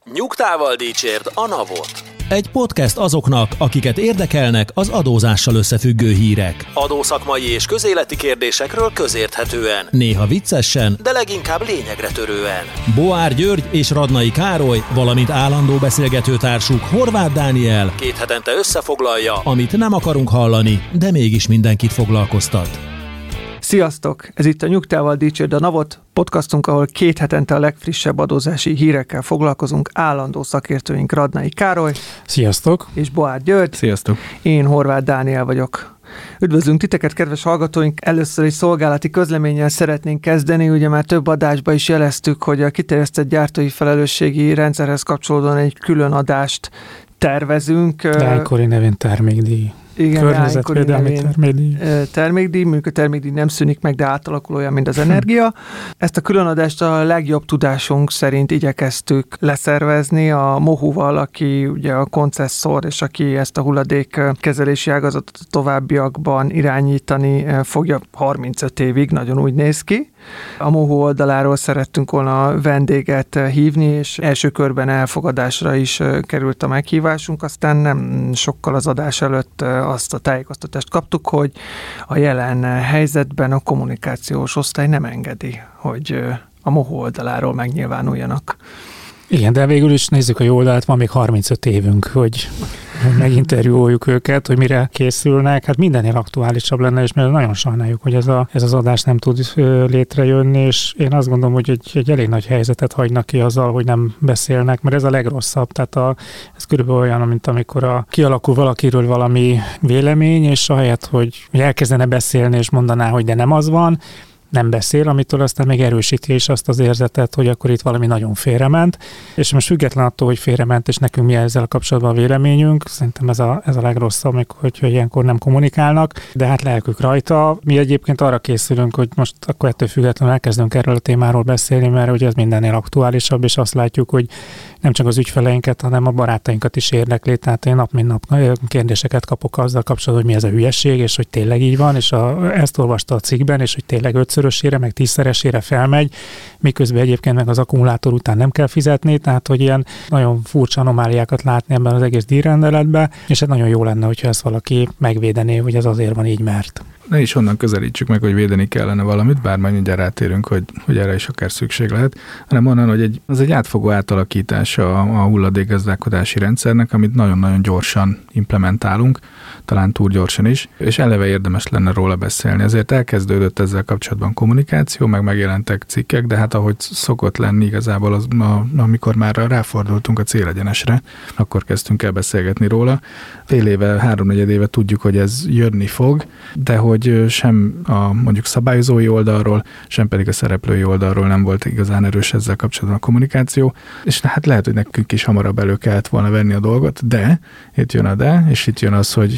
Nyugtával dicsérd a NAV-ot. Egy podcast azoknak, akiket érdekelnek az adózással összefüggő hírek. Adószakmai és közéleti kérdésekről közérthetően. Néha viccesen, de leginkább lényegre törően. Boár György és Radnai Károly, valamint állandó beszélgetőtársuk Horváth Dániel 2 hetente összefoglalja, amit nem akarunk hallani, de mégis mindenkit foglalkoztat. Sziasztok! Ez itt a Nyugtával dicsérd a NAV-ot, podcastunk, ahol 2 hetente a legfrissebb adózási hírekkel foglalkozunk. Állandó szakértőink Radnai Károly. Sziasztok! És Boár György. Sziasztok! Én Horváth Dániel vagyok. Üdvözlünk titeket, kedves hallgatóink! Először egy szolgálati közleménnyel szeretnénk kezdeni. Ugye már több adásban is jeleztük, hogy a kiterjesztett gyártói felelősségi rendszerhez kapcsolódóan egy külön adást tervezünk. Leánykori nevén termékdíj. Igen, környezetvédelmi termékdíj, mondjuk a termékdíj nem szűnik meg, de átalakul olyan, mint az energia. Ezt a különadást a legjobb tudásunk szerint igyekeztük leszervezni a MOHU-val, aki ugye a koncesszor, és aki ezt a hulladékkezelési ágazatot a továbbiakban irányítani fogja 35 évig, nagyon úgy néz ki. A MOHU oldaláról szerettünk volna vendéget hívni, és első körben elfogadásra is került a meghívásunk, aztán nem sokkal az adás előtt azt a tájékoztatást kaptuk, hogy a jelen helyzetben a kommunikációs osztály nem engedi, hogy a MOHU oldaláról megnyilvánuljanak. Igen, de végül is nézzük a jó oldalt, van még 35 évünk, hogy meginterjúoljuk őket, hogy mire készülnek. Hát mindennél aktuálisabb lenne, és mert nagyon sajnáljuk, hogy ez az adás nem tud létrejönni, és én azt gondolom, hogy egy elég nagy helyzetet hagynak ki azzal, hogy nem beszélnek, mert ez a legrosszabb. Tehát ez körülbelül olyan, mint amikor kialakul valakiről valami vélemény, és ahelyett, hogy elkezdene beszélni, és mondaná, hogy de nem az van, nem beszél, amitől aztán még erősíti is azt az érzetet, hogy akkor itt valami nagyon félrement, és most független attól, hogy félrement, és nekünk mi ezzel kapcsolatban a véleményünk, szerintem ez a legrosszabb, hogyha ilyenkor nem kommunikálnak, de hát lelkük rajta. Mi egyébként arra készülünk, hogy most akkor ettől függetlenül elkezdünk erről a témáról beszélni, mert ugye ez mindennél aktuálisabb, és azt látjuk, hogy nem csak az ügyfeleinket, hanem a barátainkat is érdekli, tehát én nap mint nap kérdéseket kapok azzal kapcsolatban, hogy mi ez a hülyeség, és hogy tényleg így van, és ezt olvasta a cikkben, és hogy tényleg 5-szörösére, meg 10-szeresére felmegy, miközben egyébként meg az akkumulátor után nem kell fizetni, tehát hogy ilyen nagyon furcsa anomáliákat látni ebben az egész díjrendeletben, és ez nagyon jó lenne, hogyha ezt valaki megvédené, hogy ez azért van így, mert. Ne is onnan közelítsük meg, hogy védeni kellene valamit, bár majd mindjárt rátérünk, hogy erre is akár szükség lehet, hanem onnan, hogy az egy átfogó átalakítása a hulladékgazdálkodási rendszernek, amit nagyon-nagyon gyorsan implementálunk, talán túl gyorsan is, és eleve érdemes lenne róla beszélni. Ezért elkezdődött ezzel kapcsolatban kommunikáció, meg megjelentek cikkek, de hát ahogy szokott lenni igazából, amikor már ráfordultunk a célegyenesre, akkor kezdtünk el beszélgetni róla. Fél éve, 3-4 éve tudjuk, hogy ez jönni fog, de hogy sem a mondjuk szabályozói oldalról, sem pedig a szereplői oldalról nem volt igazán erős ezzel kapcsolatban a kommunikáció, és hát lehet, hogy nekünk is hamarabb elő kellett volna venni a dolgot, de itt jön a de, és itt jön az, hogy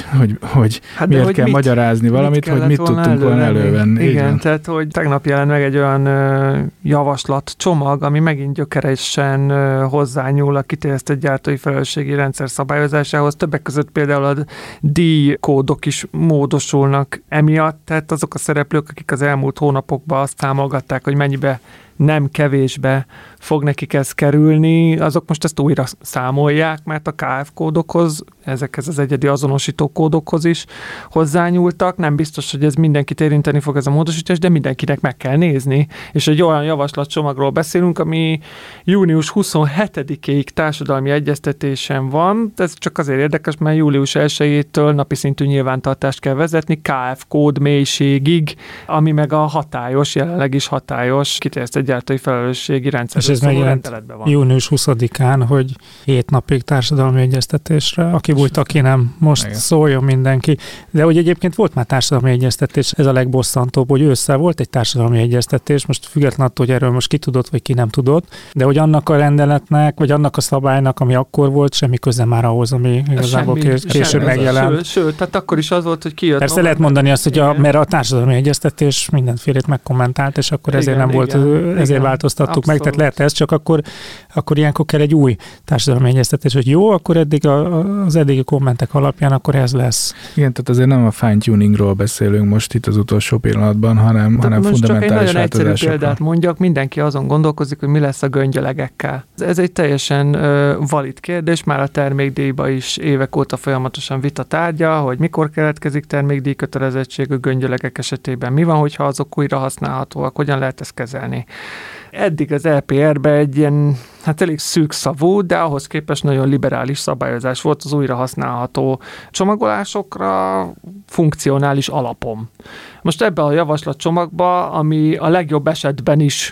hát miért kell magyarázni valamit, hogy mit tudtunk volna elővenni. Igen, tehát hogy tegnap jelent meg egy olyan javaslatcsomag, ami megint gyökeresen hozzányúl a kiterjesztett gyártói felelősségi rendszer szabályozásához. Többek között például a díjkódok is módosulnak emiatt, tehát azok a szereplők, akik az elmúlt hónapokban azt támogatták, hogy mennyibe nem kevésbe fog nekik ez kerülni, azok most ezt újra számolják, mert a KF kódokhoz, ezekhez az egyedi azonosító kódokhoz is hozzányúltak. Nem biztos, hogy ez mindenkit érinteni fog ez a módosítás, de mindenkinek meg kell nézni. És egy olyan javaslatcsomagról beszélünk, ami június 27-ig társadalmi egyeztetésen van. Ez csak azért érdekes, mert július 1-től napi szintű nyilvántartást kell vezetni KF kód mélységig, ami meg a hatályos, jelenleg is hatályos kiterjesztett gyártói felelősségi rendszer. És ez megjelent június 20-án, hogy 7 napig társadalmi egyeztetésre. Aki volt, aki nem, most igen. Szóljon mindenki. De hogy egyébként volt már társadalmi egyeztetés, ez a legbosszantóbb, hogy ősszel volt egy társadalmi egyeztetés, most függetlenül attól, hogy erről most ki tudott, vagy ki nem tudott, de hogy annak a rendeletnek, vagy annak a szabálynak, ami akkor volt, semmi köze már ahhoz, ami igazából később megjelent. Sőt, tehát akkor is az volt, hogy kijött. Persze lehet mondani azt, hogy mert a társadalmi egyeztetés mindenfélét megkommentált, és akkor ezért nem volt ezért változtattuk meg, tehát lehet ez, csak akkor ilyenkor kell egy új társadalmi egyeztetés, hogy jó, akkor eddig az eddigi kommentek alapján akkor ez lesz. Igen, tehát azért nem a fine-tuningról beszélünk most itt az utolsó pillanatban, hanem fundamentális csak egy nagyon egyszerű példát mondjak, mindenki azon gondolkozik, hogy mi lesz a göngyölegekkel. Ez egy teljesen valid kérdés, már a termékdíjba is évek óta folyamatosan vita tárgya, hogy mikor keletkezik termékdíj kötelezettség a göngyölegek esetében, mi van, hogyha azok újra használhatóak, hogyan lehet ezt kezelni. Eddig az LPR-ben egy ilyen, elég szűkszavú, de ahhoz képest nagyon liberális szabályozás volt az újra használható csomagolásokra funkcionális alapon. Most ebben a javaslatcsomagban, ami a legjobb esetben is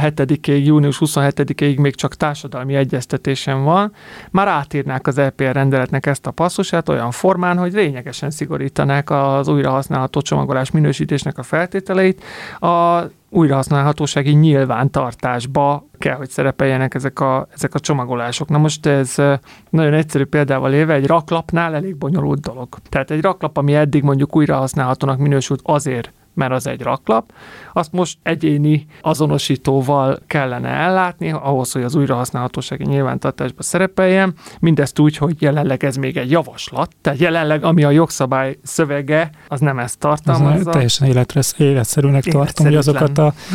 június 27-ig még csak társadalmi egyeztetésen van, már átírnák az LPR rendeletnek ezt a passzusát olyan formán, hogy lényegesen szigorítanák az újrahasználható csomagolás minősítésnek a feltételeit. A újrahasználhatósági nyilvántartásba kell, hogy szerepeljenek ezek a csomagolások. Na most ez nagyon egyszerű példával élve, egy raklapnál elég bonyolult dolog. Tehát egy raklap, ami eddig mondjuk újrahasználhatónak minősült azért, mert az egy raklap, azt most egyéni azonosítóval kellene ellátni, ahhoz, hogy az újrahasználhatósági nyilvántartásba szerepeljen. Mindezt úgy, hogy jelenleg ez még egy javaslat, tehát jelenleg, ami a jogszabály szövege, az nem ezt tartalmazza. Teljesen életszerűnek tartom, hogy azokat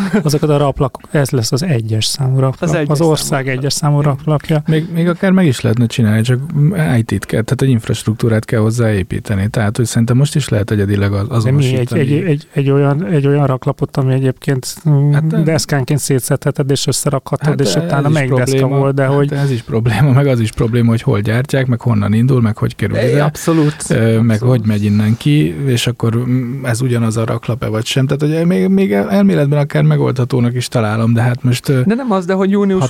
a raplak, ez lesz az egyes számú raklap, az ország egyes számú raklapja. Még akár meg is lehetne csinálni, csak IT-t kell, tehát egy infrastruktúrát kell hozzáépíteni. Tehát, hogy szerintem most is lehet egyedileg azonosítani. Egy olyan raklapot, ami egyébként deszkánként szétszedheted és összerakhatod, és utána meg deszka volt, de hogy... Ez is probléma, meg az is probléma, hogy hol gyártják, meg honnan indul, meg hogy kerül ide. Abszolút. Meg hogy megy innen ki, és akkor ez ugyanaz a raklap-e vagy sem. Tehát, hogy még elméletben akár megoldhatónak is találom, de hát most... De nem az, de hogy június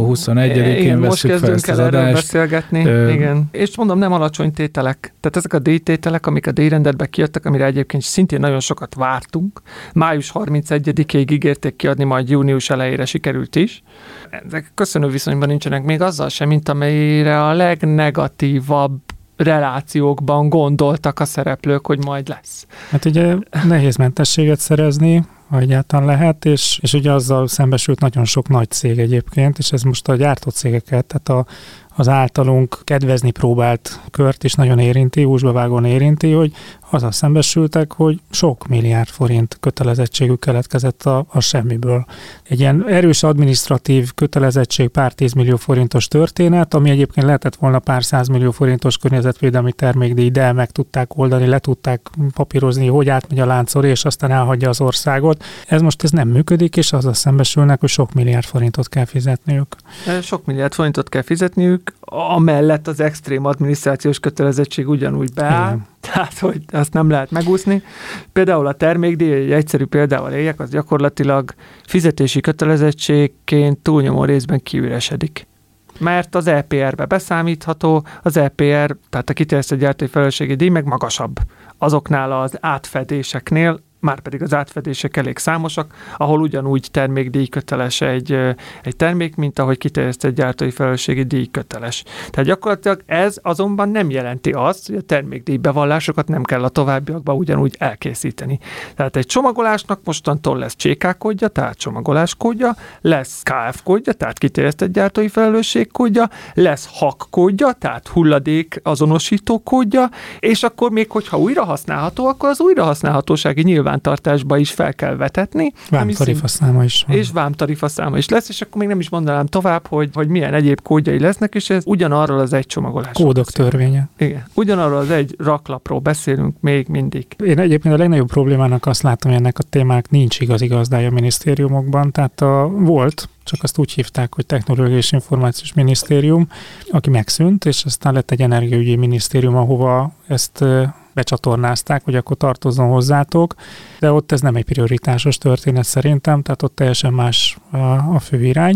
21-én veszük fel ezt az adást. Beszélgetni. Igen. És mondom, nem alacsony tételek. Tehát ezek a díjtételek, amik a díjrendeletbe kijöttek, amire egyébként szintén nagyon sokat vártunk. Május 31-ig ígérték kiadni, majd június elejére sikerült is. Ezek köszönő viszonyban nincsenek még azzal sem, mint amelyre a legnegatívabb relációkban gondoltak a szereplők, hogy majd lesz. Hát ugye nehéz mentességet szerezni, ha egyáltalán lehet, és ugye azzal szembesült nagyon sok nagy cég egyébként, és ez most a gyártó cégeket, tehát az általunk kedvezni próbált kört is nagyon érinti, húsba vágón érinti, hogy azzal szembesültek, hogy sok milliárd forint kötelezettségük keletkezett a semmiből. Egy ilyen erős adminisztratív kötelezettség pár 10 millió forintos történet, ami egyébként lehetett volna pár 100 millió forintos környezetvédelmi termékdíj, de meg tudták oldani, le tudták papírozni, hogy átmegy a láncor, és aztán elhagyja az országot. Ez nem működik, és azzal szembesülnek, hogy sok milliárd forintot kell fizetniük. Sok milliárd forintot kell fizetniük, amellett az extrém adminisztrációs kötelezettség ugyanúgy beáll. Igen. Tehát, hogy azt nem lehet megúszni. Például a termékdíj, egy egyszerű példával éljek, az gyakorlatilag fizetési kötelezettségként túlnyomó részben kiüresedik. Mert az LPR-be beszámítható, az LPR, tehát a kiterjesztett gyártói felelősségi díj meg magasabb azoknál az átfedéseknél, márpedig az átfedések elég számosak, ahol ugyanúgy termékdíj köteles egy termék, mint ahogy kiterjesztett gyártói felelősségi díj köteles. Tehát gyakorlatilag ez azonban nem jelenti azt, hogy a termékdíj bevallásokat nem kell a továbbiakban ugyanúgy elkészíteni. Tehát egy csomagolásnak mostantól lesz CK kódja, tehát csomagolás kódja, lesz KF kódja, tehát kiterjesztett gyártói felelősség kódja, lesz HAK kódja, tehát hulladék azonosító kódja, és akkor még hogyha újra használható, akkor az újrahasználhatósági nyilvántartásba is fel kell vetetni. Vámtarifaszáma is van. És vámtarifaszáma is lesz, és akkor még nem is mondanám tovább, hogy milyen egyéb kódjai lesznek, és ez ugyanarról az egy csomagolásról. Kódok törvénye. Igen. Ugyanarról az egy raklapról beszélünk még mindig. Én egyébként a legnagyobb problémának azt látom, hogy ennek a témának nincs igazi gazdája a minisztériumokban, tehát volt, csak azt úgy hívták, hogy Technológiai és Információs Minisztérium, aki megszűnt, és aztán lett egy energiaügyi minisztérium, ahova ezt becsatornázták, hogy akkor tartozzon hozzátok, de ott ez nem egy prioritásos történet szerintem, tehát ott teljesen más a fő irány.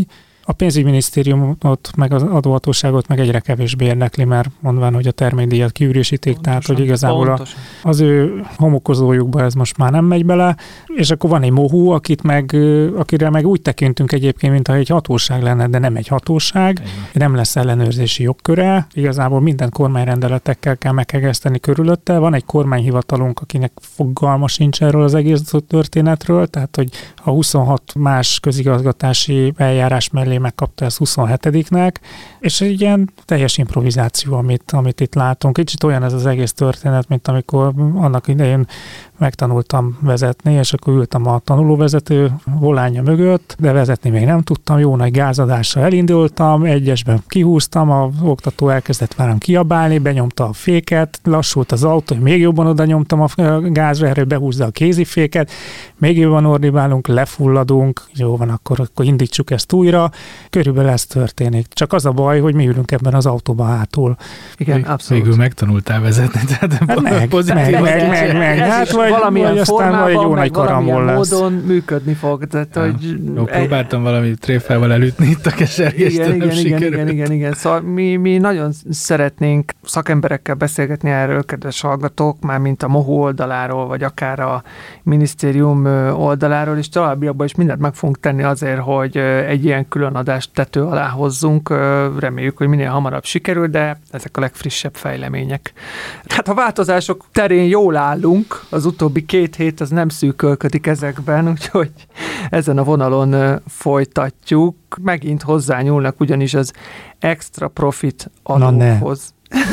A pénzügyminisztériumot, meg az adóhatóságot meg egyre kevésbé érdekli, mert mondván, hogy a termékdíjat kiüresítik, tehát hogy igazából az ő homokozójukba ez most már nem megy bele, és akkor van egy MOHU, akire meg úgy tekintünk egyébként, mintha egy hatóság lenne, de nem egy hatóság, nem lesz ellenőrzési jogköre, igazából minden kormányrendeletekkel kell meghegeszteni körülötte, van egy kormányhivatalunk, akinek fogalma sincs erről az egész történetről, tehát hogy a 26 más közigazgatási eljárás mellé megkapta ezt 27-nek, és egy ilyen teljes improvizáció, amit itt látunk. Kicsit olyan ez az egész történet, mint amikor annak idején megtanultam vezetni, és akkor ültem a tanulóvezető volánja mögött, de vezetni még nem tudtam, jó nagy gázadással elindultam, egyesben kihúztam, az oktató elkezdett velem kiabálni, benyomta a féket, lassult az autó, még jobban oda nyomtam a gázra, erre behúzza a kéziféket, még jobban ordibálunk, lefulladunk, jó van, akkor indítsuk ezt újra, körülbelül ez történik. Csak az a baj, hogy mi ülünk ebben az autóban hátul. Igen, abszolút. Végül megtanultál vezetni, tehát meg. Hát valamilyen formában, meg valamilyen módon működni fog. Tehát, hogy próbáltam valami tréfával elütni itt a kesergést, igen. Szóval mi nagyon szeretnénk szakemberekkel beszélgetni erről, kedves hallgatók, már mint a MOHU oldaláról, vagy akár a minisztérium oldaláról, és továbbiakban is mindent meg fogunk tenni azért, hogy egy ilyen különadást tető alá hozzunk. Reméljük, hogy minél hamarabb sikerül, de ezek a legfrissebb fejlemények. Hát a változások terén jól állunk, az utóbbi 2 hét az nem szűkölködik ezekben, úgyhogy ezen a vonalon folytatjuk. Megint hozzányúlnak ugyanis az extra profit adóhoz.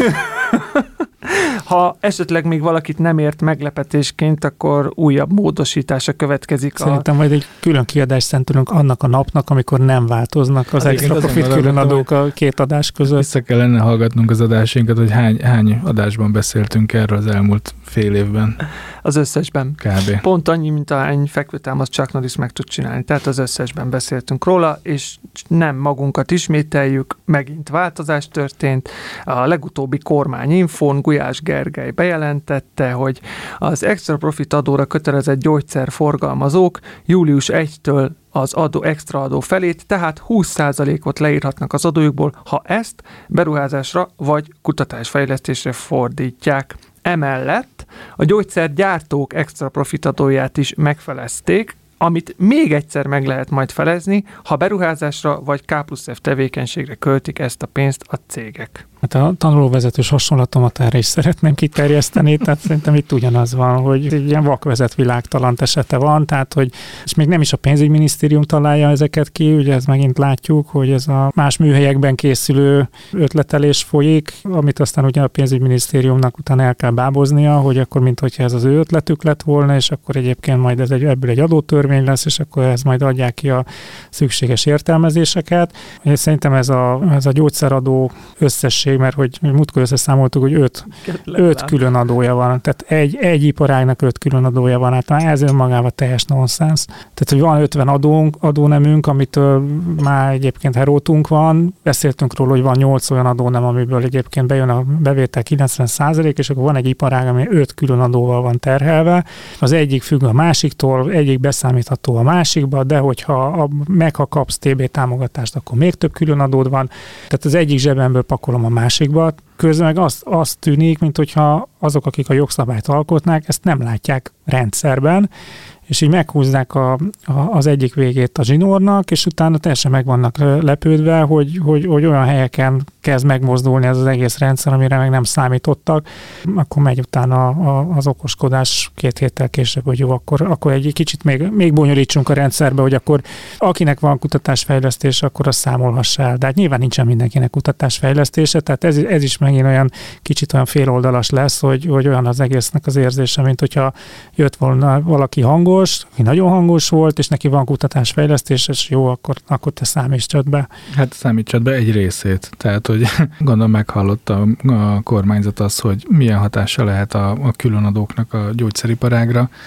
Ha esetleg még valakit nem ért meglepetésként, akkor újabb módosítása következik. Szerintem majd egy külön kiadást szentülünk annak a napnak, amikor nem változnak az extra profit különadók a 2 adás között. Vissza kellene hallgatnunk az adásainkat, hogy hány adásban beszéltünk erről az elmúlt fél évben. Az összesben. Kb. Pont annyi, mint ahány fekvőtámaszt Chuck Norris meg tud csinálni. Tehát az összesben beszéltünk róla, és nem magunkat ismételjük, megint változás történt. A legutóbbi kormányinfón Gulyás Gergely bejelentette, hogy az extra profit adóra kötelezett gyógyszerforgalmazók július 1-től az extra adó felét, tehát 20%-ot leírhatnak az adójukból, ha ezt beruházásra vagy kutatásfejlesztésre fordítják. Emellett a gyógyszergyártók extra profit adóját is megfelezték, amit még egyszer meg lehet majd felezni, ha beruházásra vagy K+F tevékenységre költik ezt a pénzt a cégek. Hát a tanulóvezetős hasonlatomat erre is szeretném kiterjeszteni, tehát szerintem itt ugyanaz van, hogy egy ilyen vakvezet világtalant esete van, tehát hogy, és még nem is a pénzügyminisztérium találja ezeket ki, ugye ez megint látjuk, hogy ez a más műhelyekben készülő ötletelés folyik, amit aztán ugye a pénzügyminisztériumnak utána el kell báboznia, hogy akkor minthogyha ez az ő ötletük lett volna, és akkor egyébként majd ebből egy adótörvény lesz, és akkor ez majd adják ki a szükséges értelmezéseket. Ugye szerintem ez a gyógyszeradó összesség, mert hogy múltkor összeszámoltuk, hogy 5 külön adója van. Tehát egy iparágnak 5 külön adója van. Hát ez önmagában teljes nonsens. Tehát, hogy van 50 adónemünk, amitől már egyébként herótunk van. Beszéltünk róla, hogy van 8 olyan adónem, amiből egyébként bejön a bevétel 90%, és akkor van egy iparág, ami 5 külön adóval van terhelve. Az egyik függ a másiktól, egyik beszámítható a másikba, de hogyha kapsz TB támogatást, akkor még több külön adód van. Tehát az egyik zsebemből pakolom a másikba, közben meg azt tűnik, minthogyha azok, akik a jogszabályt alkotnák, ezt nem látják rendszerben, és így meghúzzák az egyik végét a zsinórnak, és utána teljesen meg vannak lepődve, hogy olyan helyeken kezd megmozdulni ez az egész rendszer, amire meg nem számítottak, akkor megy utána az okoskodás 2 héttel később, hogy jó, akkor egy kicsit még bonyolítsunk a rendszerbe, hogy akkor akinek van kutatásfejlesztése, akkor azt számolhassa el. De hát nyilván nincsen mindenkinek kutatásfejlesztése, tehát ez is megint olyan kicsit olyan féloldalas lesz, hogy olyan az egésznek az érzése, mint hogyha jött volna valaki hangos, aki nagyon hangos volt, és neki van kutatásfejlesztés, és jó, akkor te számítsad be. Hát számítsad be egy részét. Tehát, hogy gondolom meghallotta a kormányzat azt, hogy milyen hatása lehet a különadóknak a gyógyszeriparágra.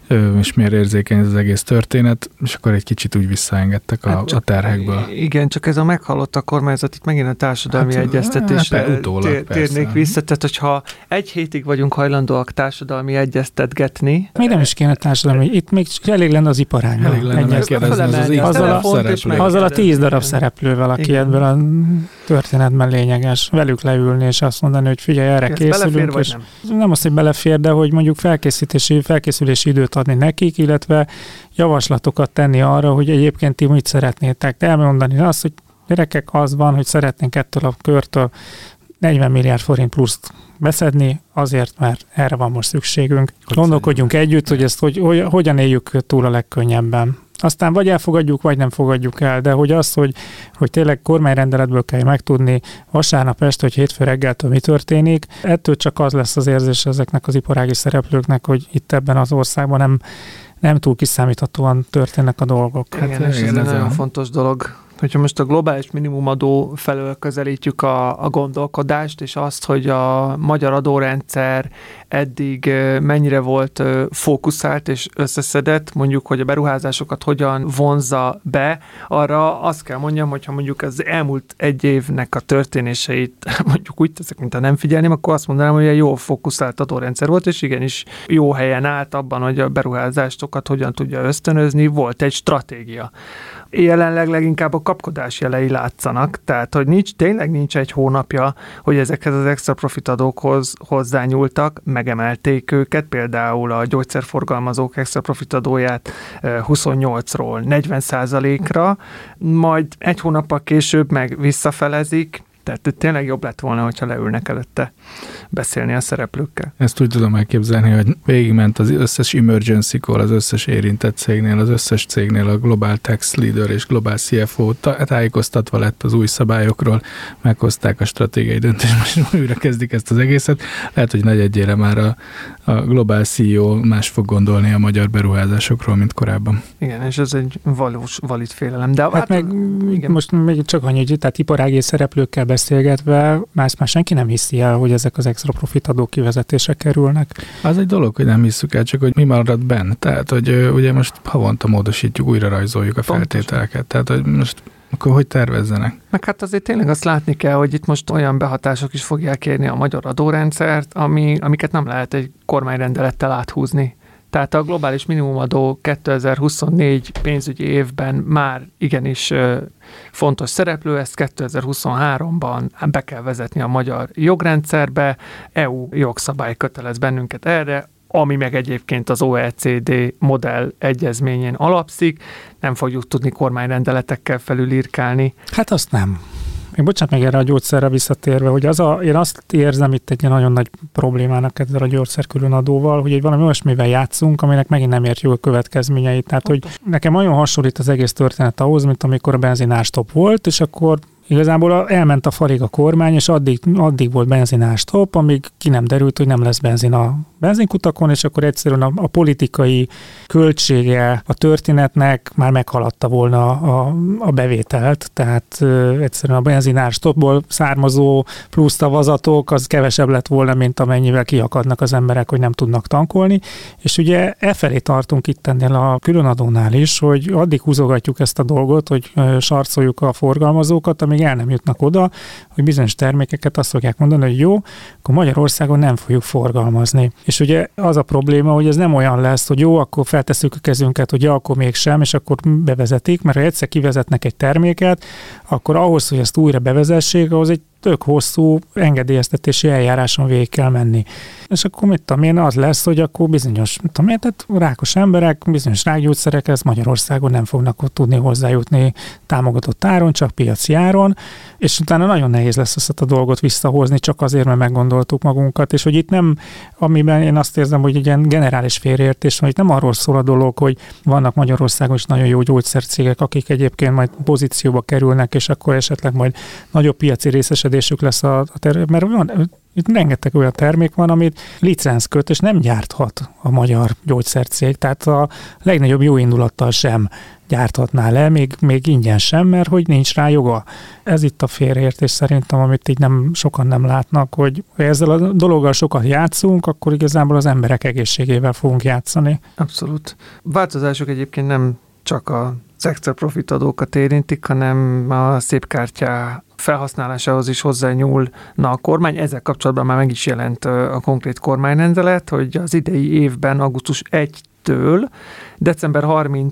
és miért érzékeny ez az egész történet, és akkor egy kicsit úgy visszaengedtek a terhekből. Igen, csak ez a meghallott a kormányzat, itt megint a társadalmi egyeztetésre térnék vissza, tehát hogyha egy hétig vagyunk hajlandóak társadalmi egyeztetgetni. Még nem is kéne társadalmi, itt még elég lenne az iparág. Elég lenne megkérdezni azzal a 10 darab szereplővel, aki ebből a történetben lényeges, velük leülni, és azt mondani, hogy figyelj, erre készülünk. És nem azt, hogy belefér, de hogy mondjuk felkészülési időt adni nekik, illetve javaslatokat tenni arra, hogy egyébként ti mit szeretnétek. De elmondani azt, hogy gyerekek, az van, hogy szeretnénk ettől a körtől 40 milliárd forint pluszt beszedni, azért, mert erre van most szükségünk. Gondolkodjunk együtt, hogy ezt hogyan éljük túl a legkönnyebben. Aztán vagy elfogadjuk, vagy nem fogadjuk el, de hogy az, hogy tényleg kormányrendeletből kell megtudni vasárnap este, hogy hétfő reggeltől mi történik, ettől csak az lesz az érzés ezeknek az iparági szereplőknek, hogy itt ebben az országban nem túl kiszámíthatóan történnek a dolgok. Igen, és ez egy nagyon fontos dolog. Hogyha most a globális minimumadó felől közelítjük a gondolkodást, és azt, hogy a magyar adórendszer eddig mennyire volt fókuszált és összeszedett, mondjuk, hogy a beruházásokat hogyan vonzza be, arra azt kell mondjam, hogyha mondjuk az elmúlt egy évnek a történéseit mondjuk úgy teszek, mintha nem figyelném, akkor azt mondanám, hogy egy jól fókuszált adórendszer volt, és igenis jó helyen állt abban, hogy a beruházásokat hogyan tudja ösztönözni, volt egy stratégia. Jelenleg leginkább a kapkodás jelei látszanak, tehát hogy tényleg nincs egy hónapja, hogy ezekhez az extra profit adókhoz hozzányúltak, megemelték őket, például a gyógyszerforgalmazók extra profit adóját 28-ról 40%-ra, majd egy hónappal később meg visszafelezik, tehát tényleg jobb lett volna, hogyha leülnek előtte beszélni a szereplőkkel. Ezt úgy tudom elképzelni, hogy végigment az összes emergency call, az összes érintett cégnél, az összes cégnél a Global Tax Leader és Global CFO tájékoztatva lett az új szabályokról, meghozták a stratégiai döntést, most újra kezdik ezt az egészet. Lehet, hogy negyedjére már a Global CEO más fog gondolni a magyar beruházásokról, mint korábban. Igen, és ez egy valid félelem. De hát meg igen. Most még csak annyi, hogy tehát iparági szereplőkkel beszélgetve, már senki nem hiszi el, hogy ezek az extra profit adók kivezetésre kerülnek. Az egy dolog, hogy nem hiszük el, csak hogy mi marad benn. Tehát, hogy ugye most havonta módosítjuk, újra rajzoljuk a feltételeket. Tehát, hogy most akkor hogy tervezzenek? Meg hát azért tényleg azt látni kell, hogy itt most olyan behatások is fogják érni a magyar adórendszert, amiket nem lehet egy kormányrendelettel áthúzni. Tehát a globális minimumadó 2024 pénzügyi évben már igenis fontos szereplő, ezt 2023-ban be kell vezetni a magyar jogrendszerbe, EU jogszabály kötelez bennünket erre, ami meg egyébként az OECD modell egyezményén alapszik, nem fogjuk tudni kormányrendeletekkel felülírkálni. Hát azt nem. Még bocsánat, meg erre a gyógyszerre visszatérve, hogy én azt érzem itt egy nagyon nagy problémának ezzel a gyógyszerkülönadóval, hogy egy valami olyasmivel játszunk, aminek megint nem értjük a következményeit. Tehát, hogy nekem nagyon hasonlít az egész történet ahhoz, mint amikor a benzinárstop volt, és akkor igazából elment a falig a kormány, és addig volt benzinárstop, amíg ki nem derült, hogy nem lesz benzin a benzinkutakon, és akkor egyszerűen a politikai költsége a történetnek már meghaladta volna a bevételt, tehát egyszerűen a benzinárstopból származó plusz szavazatok, az kevesebb lett volna, mint amennyivel kiakadnak az emberek, hogy nem tudnak tankolni, és ugye efelé tartunk itt ennél a különadónál is, hogy addig húzogatjuk ezt a dolgot, hogy sarcoljuk a forgalmazókat, amíg el nem jutnak oda, hogy bizonyos termékeket azt fogják mondani, hogy jó, akkor Magyarországon nem fogjuk forgalmazni. És ugye az a probléma, hogy ez nem olyan lesz, hogy jó, akkor feltesszük a kezünket, hogy ja, akkor mégsem, és akkor bevezetik, mert ha egyszer kivezetnek egy terméket, akkor ahhoz, hogy ezt újra bevezessék, ahhoz egy tök hosszú engedélyeztetési eljáráson végig kell menni. És akkor mit tudom én, az lesz, hogy akkor bizonyos, tehát rákos emberek, bizonyos rákgyógyszerekhez Magyarországon nem fognak tudni hozzájutni támogatott áron, csak piaci áron, és utána nagyon nehéz lesz ezt a dolgot visszahozni, csak azért, mert meggondoltuk magunkat, és hogy itt nem, amiben én azt érzem, hogy egy ilyen generális félreértés, hogy itt nem arról szól a dolog, hogy vannak Magyarországon is nagyon jó gyógyszercégek, akik egyébként majd pozícióba kerülnek, és akkor esetleg majd nagyobb piaci részesedést részesedésük lesz mert van, itt rengeteg olyan termék van, amit licenc köt, és nem gyárthat a magyar gyógyszercég, tehát a legnagyobb jó indulattal sem gyárthatná le, még ingyen sem, mert hogy nincs rá joga. Ez itt a félreértés szerintem, amit így sokan nem látnak, hogy ezzel a dologgal sokat játszunk, akkor igazából az emberek egészségével fogunk játszani. Abszolút. Változások egyébként nem csak a extra profit adókat érintik, hanem a szép kártya felhasználásához is hozzányúlna a kormány. Ezzel kapcsolatban már meg is jelent a konkrét kormányrendelet, hogy az idei évben augusztus 1-től december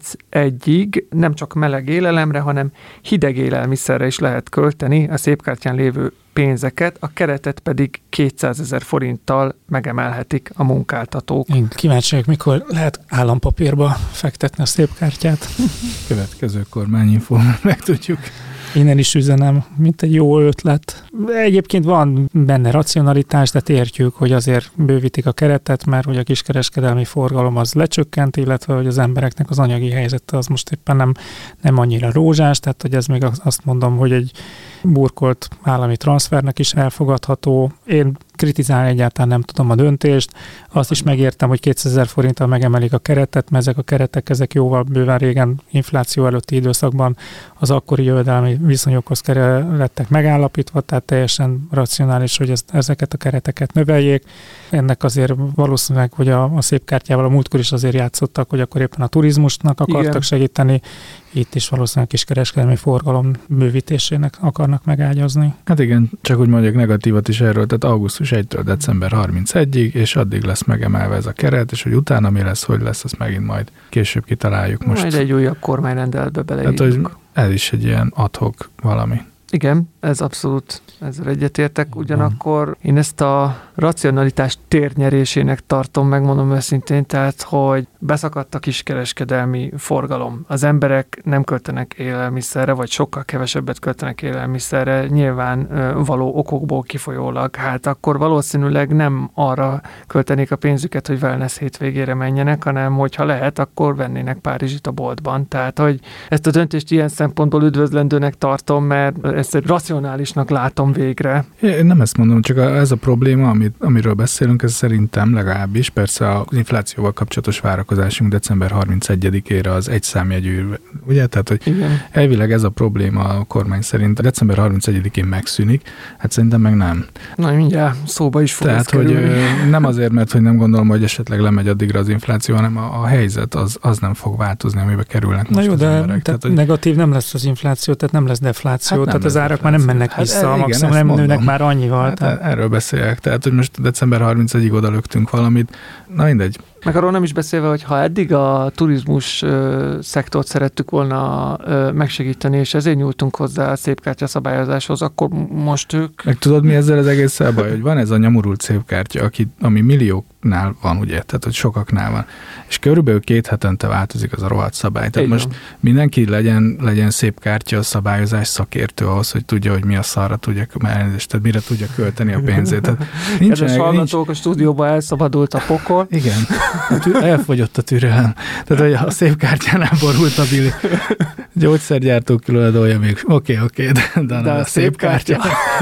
31-ig nem csak meleg élelemre, hanem hideg élelmiszerre is lehet költeni a szép kártyán lévő pénzeket, a keretet pedig 200 000 forinttal megemelhetik a munkáltatók. Én kíváncsi vagyok, mikor lehet állampapírba fektetni a szép kártyát. Következő kormányinfó, meg tudjuk. Innen is üzenem, mint egy jó ötlet. Egyébként van benne racionalitás, tehát értjük, hogy azért bővítik a keretet, mert hogy a kiskereskedelmi forgalom az lecsökkent, illetve hogy az embereknek az anyagi helyzete az most éppen nem annyira rózsás, tehát hogy ez még azt mondom, hogy egy burkolt állami transfernek is elfogadható. Én kritizálni egyáltalán nem tudom a döntést. Azt is megértem, hogy 200 000 forinttal megemelik a keretet, mert ezek a keretek jóval bőven régen infláció előtti időszakban az akkori jövedelmi viszonyokhoz lettek megállapítva, tehát teljesen racionális, hogy ezeket a kereteket növeljék. Ennek azért valószínűleg, hogy a szép kártyával a múltkor is azért játszottak, hogy akkor éppen a turizmusnak akartak segíteni. Itt is valószínűleg kiskereskedelmi forgalom bővítésének akarnak megágyazni. Hát igen, csak úgy mondjuk negatívat is erről, tehát augusztus 1-től december 31-ig, és addig lesz megemelve ez a keret, és hogy utána mi lesz, hogy lesz, azt megint majd később kitaláljuk. Most majd egy újabb kormányrendeletbe beleírjuk. Tehát, hogy ez is egy ilyen ad-hoc valami. Igen, ez abszolút, ezzel egyetértek. Ugyanakkor én ezt a racionalitás térnyerésének tartom, megmondom őszintén, tehát, hogy beszakadt a kiskereskedelmi forgalom. Az emberek nem költenek élelmiszerre, vagy sokkal kevesebbet költenek élelmiszerre, nyilván való okokból kifolyólag. Hát akkor valószínűleg nem arra költenék a pénzüket, hogy wellness hétvégére menjenek, hanem hogyha lehet, akkor vennének Párizsit a boltban. Tehát, hogy ezt a döntést ilyen szempontból üdvözlendőnek tartom, mert ezt egy racionálisnak látom végre. Én nem ezt mondom, csak ez a probléma, amiről beszélünk, ez szerintem legalábbis, persze az inflációval kapcsolatos várakozásunk december 31-ére az egy számjegyű, ugye? Tehát, hogy igen. Elvileg ez a probléma a kormány szerint december 31-én megszűnik, hát szerintem meg nem. Na, mindjárt szóba is fog. Tehát, hogy nem azért, mert hogy nem gondolom, hogy esetleg lemegy addigra az infláció, hanem a helyzet az nem fog változni, amibe kerülnek most az emberek. Tehát, hogy negatív nem lesz az infláció, tehát nem lesz defláció, hát tehát az árak már nem mennek vissza, maximum nem nőnek már annyival. Hát erről beszélek, tehát, hogy most december 31-ig oda löktünk valamit, na mindegy. Meg arról nem is beszélve, hogy ha eddig a turizmus szektort szerettük volna megsegíteni, és ezért nyúltunk hozzá a szépkártya szabályozáshoz, akkor most ők... Meg tudod, mi ezzel az egésszel baj, hogy van ez a nyomorult szépkártya, ami millióknál van, ugye, tehát hogy sokaknál van, és körülbelül 2 hetente változik az a rohadt szabály. Tehát most mindenki legyen szépkártya szabályozás szakértő ahhoz, hogy tudja, hogy mi a szarra tudja, tehát mire tudja költeni a pénzét. Tehát kedves hallgatók, a stúdióban elszabadult a pokol. Igen. Elfogyott a türelem. Tehát, hogy a szép kártyánál borult a Billy. Gyógyszergyártók különadója még oké, de a szép kártya.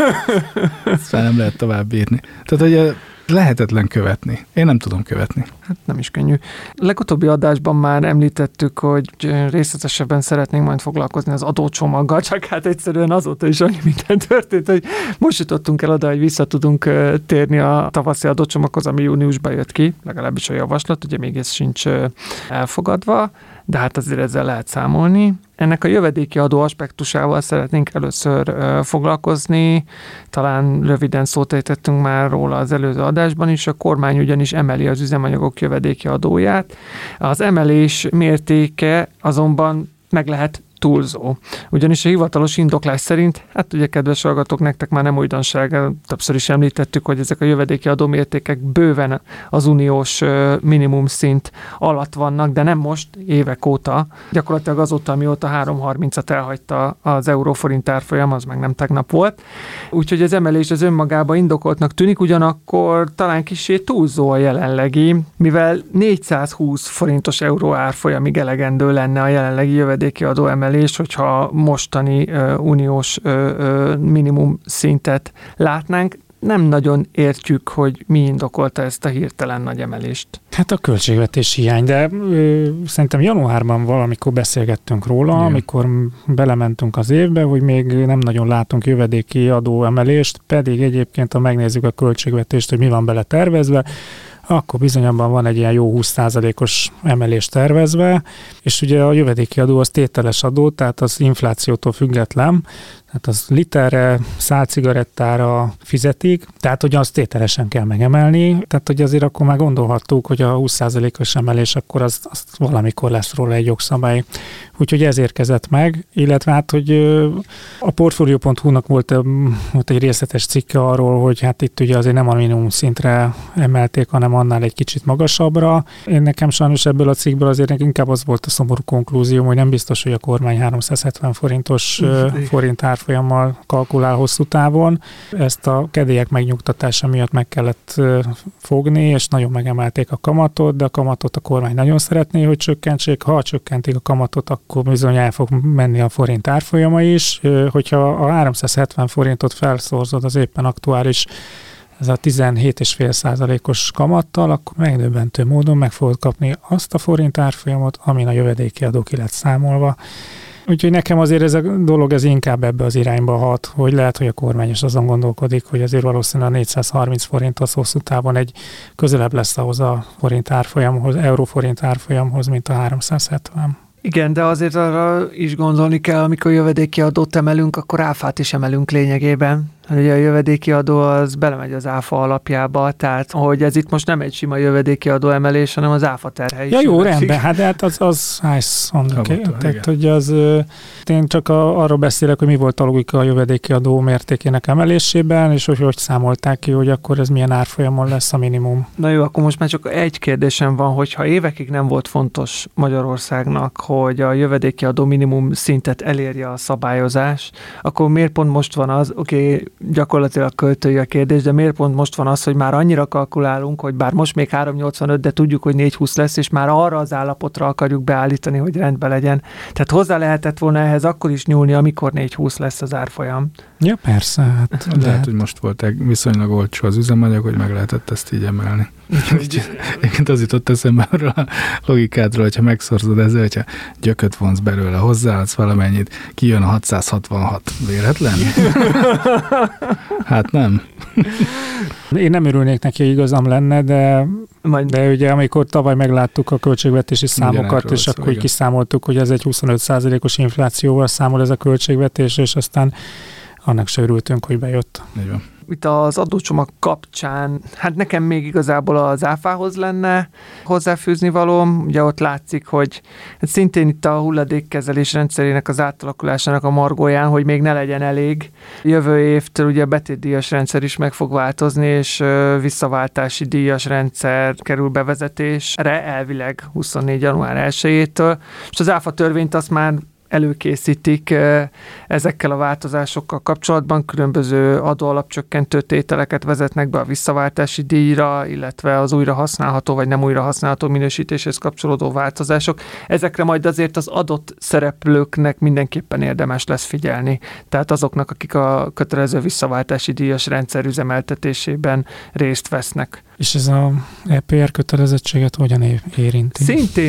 Ezt már nem lehet tovább bírni. Tehát, hogy lehetetlen követni. Én nem tudom követni. Hát nem is könnyű. Legutóbbi adásban már említettük, hogy részletesebben szeretnénk majd foglalkozni az adócsomaggal, csak hát egyszerűen azóta is annyi minden történt, hogy most jutottunk el oda, hogy vissza tudunk térni a tavaszi adócsomaghoz, ami júniusban jött ki, legalábbis a javaslat, ugye még ez sincs elfogadva, de hát azért ezzel lehet számolni. Ennek a jövedéki adó aspektusával szeretnénk először foglalkozni, talán röviden szót ejtettünk már róla az előző adásban is, a kormány ugyanis emeli az üzemanyagok jövedéki adóját. Az emelés mértéke azonban meg lehet túlzó. Ugyanis a hivatalos indoklás szerint, hát ugye kedves hallgatók, nektek már nem újdonság, többször is említettük, hogy ezek a jövedéki adómértékek bőven az uniós minimum szint alatt vannak, de nem most, évek óta, gyakorlatilag azóta, amióta 3.30-at elhagyta az euróforint árfolyam, az meg nem tegnap volt. Úgyhogy az emelés az önmagában indokoltnak tűnik, ugyanakkor talán kissé túlzó a jelenlegi, mivel 420 forintos euró árfolyamig elegendő lenne a jelenlegi jövedéki adó emelés, hogyha mostani uniós minimum szintet látnánk. Nem nagyon értjük, hogy mi indokolta ezt a hirtelen nagy emelést. Hát a költségvetés hiány, de szerintem januárban valamikor beszélgettünk róla, igen, amikor belementünk az évbe, hogy még nem nagyon látunk jövedéki adóemelést, pedig egyébként, ha megnézzük a költségvetést, hogy mi van bele tervezve, akkor bizonyabban van egy ilyen jó 20%-os emelés tervezve, és ugye a jövedéki adó az tételes adó, tehát az inflációtól független, tehát az literre, szálcigarettára fizetik, tehát hogy azt tételesen kell megemelni, tehát hogy azért akkor már gondolhattuk, hogy a 20%-os emelés, akkor az valamikor lesz róla egy jogszabály. Úgyhogy ez érkezett meg, illetve hát, hogy a Portfolio.hu-nak volt egy részletes cikke arról, hogy hát itt ugye azért nem a minimum szintre emelték, hanem annál egy kicsit magasabbra. Én nekem sajnos ebből a cikkből azért inkább az volt a szomorú konklúzióm, hogy nem biztos, hogy a kormány 370 forintos forint árfolyammal kalkulál hosszú távon. Ezt a kedélyek megnyugtatása miatt meg kellett fogni, és nagyon megemelték a kamatot, de a kamatot a kormány nagyon szeretné, hogy csökkentsék. Ha csökkentik a kamatot, akkor bizony el fog menni a forint árfolyama is. Hogyha a 370 forintot felszorzod az éppen aktuális ez a 17,5%-os kamattal, akkor megdöbbentő módon meg fogod kapni azt a forint árfolyamot, amin a jövedéki adó ki lett számolva. Úgyhogy nekem azért ez a dolog ez inkább ebbe az irányba hat, hogy lehet, hogy a kormány is azon gondolkodik, hogy azért valószínűleg a 430 forint az hosszú távon egy közelebb lesz ahhoz a forint árfolyamhoz, euróforint árfolyamhoz, mint a 370. Igen, de azért arra is gondolni kell, amikor jövedéki adót emelünk, akkor áfát is emelünk lényegében. Ugye a jövedéki adó az belemegy az áfa alapjába, tehát hogy ez itt most nem egy sima jövedéki adó emelés, hanem az áfa terhe is. Ja jó, rendben, hát de hát az ice on the cake. Tehát, hogy az, én csak arról beszélek, hogy mi volt a logika a jövedéki adó mértékének emelésében, és hogy számolták ki, hogy akkor ez milyen árfolyamon lesz a minimum. Na jó, akkor most már csak egy kérdésem van, hogyha évekig nem volt fontos Magyarországnak, hogy a jövedéki adó minimum szintet elérje a szabályozás, akkor miért pont most van az, gyakorlatilag költői a kérdés, de miért pont most van az, hogy már annyira kalkulálunk, hogy bár most még 3,85, de tudjuk, hogy 4,20 lesz, és már arra az állapotra akarjuk beállítani, hogy rendben legyen. Tehát hozzá lehetett volna ehhez akkor is nyúlni, amikor 4,20 lesz az árfolyam. Ja, persze. Hát lehet, hogy most volt viszonylag olcsó az üzemanyag, hogy meg lehetett ezt így emelni. Egyébként az jutott eszembe arra a logikádról, hogyha megszorzod ezzel, hogyha gyököt vonsz belőle, hozzáadsz valamennyit, kijön a 666. Véletlen? Hát nem. Én nem örülnék neki, hogy igazam lenne, de ugye amikor tavaly megláttuk a költségvetési számokat, és akkor így kiszámoltuk, hogy ez egy 25%-os inflációval számol ez a költségvetés, és aztán annak se örültünk, hogy bejött. Igen. Itt az adócsomag kapcsán, hát nekem még igazából az áfához lenne hozzáfűzni valóm. Ugye ott látszik, hogy szintén itt a hulladékkezelés rendszerének az átalakulásának a margóján, hogy még ne legyen elég. Jövő évtől ugye a betétdíjas rendszer is meg fog változni, és visszaváltási díjas rendszer kerül bevezetésre, elvileg 24. január 1-től. És az áfa törvényt azt már előkészítik ezekkel a változásokkal kapcsolatban, különböző adóalapcsökkentő tételeket vezetnek be a visszaváltási díjra, illetve az újra használható vagy nem újra használható minősítéshez kapcsolódó változások. Ezekre majd azért az adott szereplőknek mindenképpen érdemes lesz figyelni. Tehát azoknak, akik a kötelező visszaváltási díjas rendszer üzemeltetésében részt vesznek. És ez a EPR kötelezettséget hogyan érinti? Szintén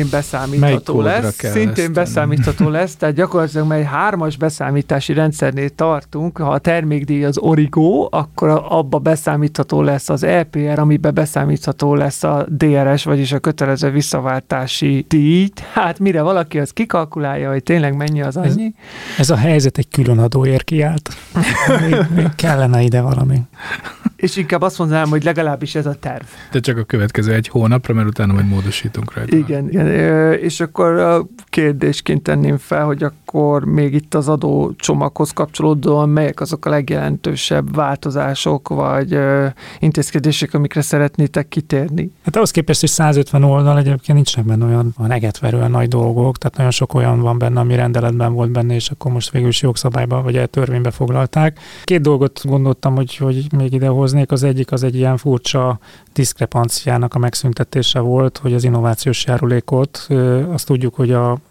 beszámítható lesz, tehát gyakorlatilag mely 3-as beszámítási rendszernél tartunk, ha a termékdíj az origó, akkor abba beszámítható lesz az EPR, amiben beszámítható lesz a DRS, vagyis a kötelező visszaváltási díj. Hát mire valaki az kikalkulálja, hogy tényleg mennyi az annyi. Ez a helyzet egy külön adóért kiállt. még kellene ide valami. És inkább azt mondanám, hogy legalábbis ez a terv. De csak a következő 1 hónapra, mert utána majd módosítunk rajta. Igen. És akkor a kérdésként tenném fel, hogy akkor még itt az adócsomaghoz kapcsolódóan melyek azok a legjelentősebb változások, vagy intézkedések, amikre szeretnétek kitérni? Hát ahhoz képest, hogy 150 oldal egyébként nincsenek benne olyan egetverően nagy dolgok, tehát nagyon sok olyan van benne, ami rendeletben volt benne, és akkor most végül is jogszabályba, vagy törvénybe foglalták. 2 dolgot gondoltam, hogy még ide hoznék. Az egyik az egy ilyen furcsa diszkrepanciának a megszüntetése volt, hogy az innovációs járulékot, azt tudjuk, hogy a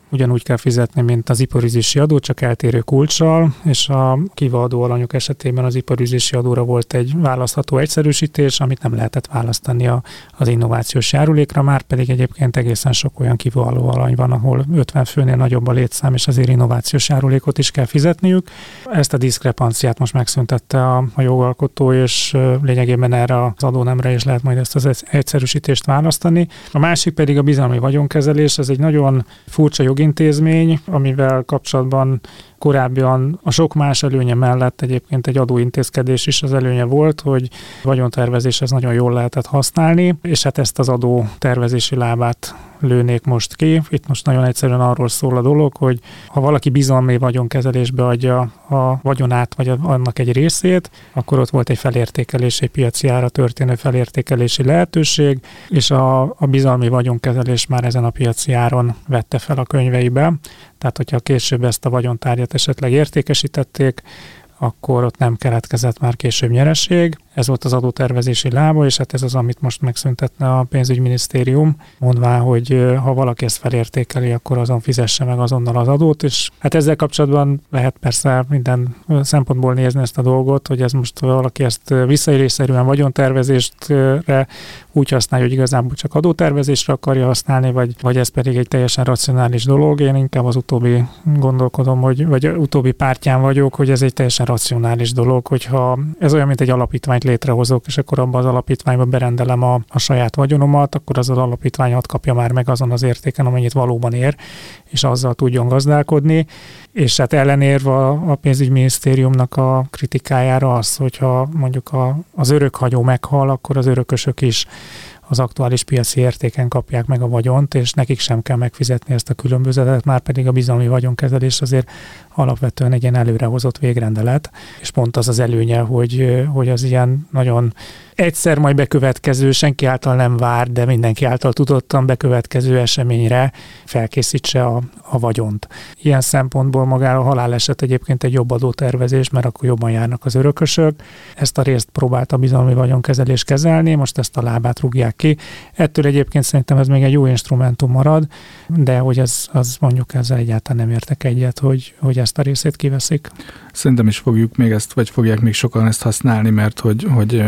ugyanúgy kell fizetni, mint az iparűzési adó, csak eltérő kulccsal, és a kivaadó alanyok esetében az iparűzési adóra volt egy választható egyszerűsítés, amit nem lehetett választani az innovációs járulékra, már pedig egyébként egészen sok olyan kivaadó alany van, ahol 50 főnél nagyobb a létszám, és azért innovációs járulékot is kell fizetniük. Ezt a diszkrepanciát most megszüntette a jogalkotó, és lényegében erre az adónemre is lehet majd ezt az egyszerűsítést választani. A másik pedig a bizalmi vagyonkezelés, ez egy nagyon furcsa jogintézmény, amivel kapcsolatban korábban a sok más előnye mellett egyébként egy adóintézkedés is az előnye volt, hogy vagyontervezéshez nagyon jól lehetett használni, és hát ezt az adótervezési lábát lőnék most ki. Itt most nagyon egyszerűen arról szól a dolog, hogy ha valaki bizalmi vagyonkezelésbe adja a vagyonát, vagy annak egy részét, akkor ott volt egy felértékelési, egy piaci ára történő felértékelési lehetőség, és a bizalmi vagyonkezelés már ezen a piaci áron vette fel a könyveibe. Tehát, hogyha később ezt a vagyontárgyat esetleg értékesítették, akkor ott nem keletkezett már később nyereség. Ez volt az adótervezési lába, és hát ez az, amit most megszüntetne a pénzügyminisztérium, mondván, hogy ha valaki ezt felértékeli, akkor azon fizesse meg azonnal az adót, és hát ezzel kapcsolatban lehet persze minden szempontból nézni ezt a dolgot, hogy ez most valaki ezt visszaélésszerűen vagyontervezésre úgy használja, hogy igazából csak adótervezésre akarja használni, vagy ez pedig egy teljesen racionális dolog. Én inkább az utóbbi gondolkodom, vagy utóbbi pártján vagyok, hogy ez egy teljesen racionális dolog, hogyha ez olyan, mint egy alapítványt létrehozok, és akkor abban az alapítványban berendelem a saját vagyonomat, akkor az alapítvány hadd kapja már meg azon az értéken, amennyit valóban ér, és azzal tudjon gazdálkodni. És hát ellenérve a pénzügyminisztériumnak a kritikájára az, hogyha mondjuk az örökhagyó meghal, akkor az örökösök is az aktuális piaci értéken kapják meg a vagyont, és nekik sem kell megfizetni ezt a különbözetet, már pedig a bizalmi vagyonkezelés azért alapvetően egy ilyen előrehozott végrendelet, és pont az az előnye, hogy az ilyen nagyon egyszer majd bekövetkező, senki által nem vár, de mindenki által tudottan bekövetkező eseményre felkészítse a vagyont. Ilyen szempontból magára a haláleset egyébként egy jobb adótervezés, mert akkor jobban járnak az örökösök. Ezt a részt próbálta a bizalmi vagyonkezelés kezelni, most ezt a lábát rúgják ki. Ettől egyébként szerintem ez még egy jó instrumentum marad, de hogy az mondjuk ezzel egyáltalán nem értek egyet, hogy ezt a részét kiveszik. Szerintem is fogjuk még ezt, vagy fogják még sokan ezt használni, mert hogy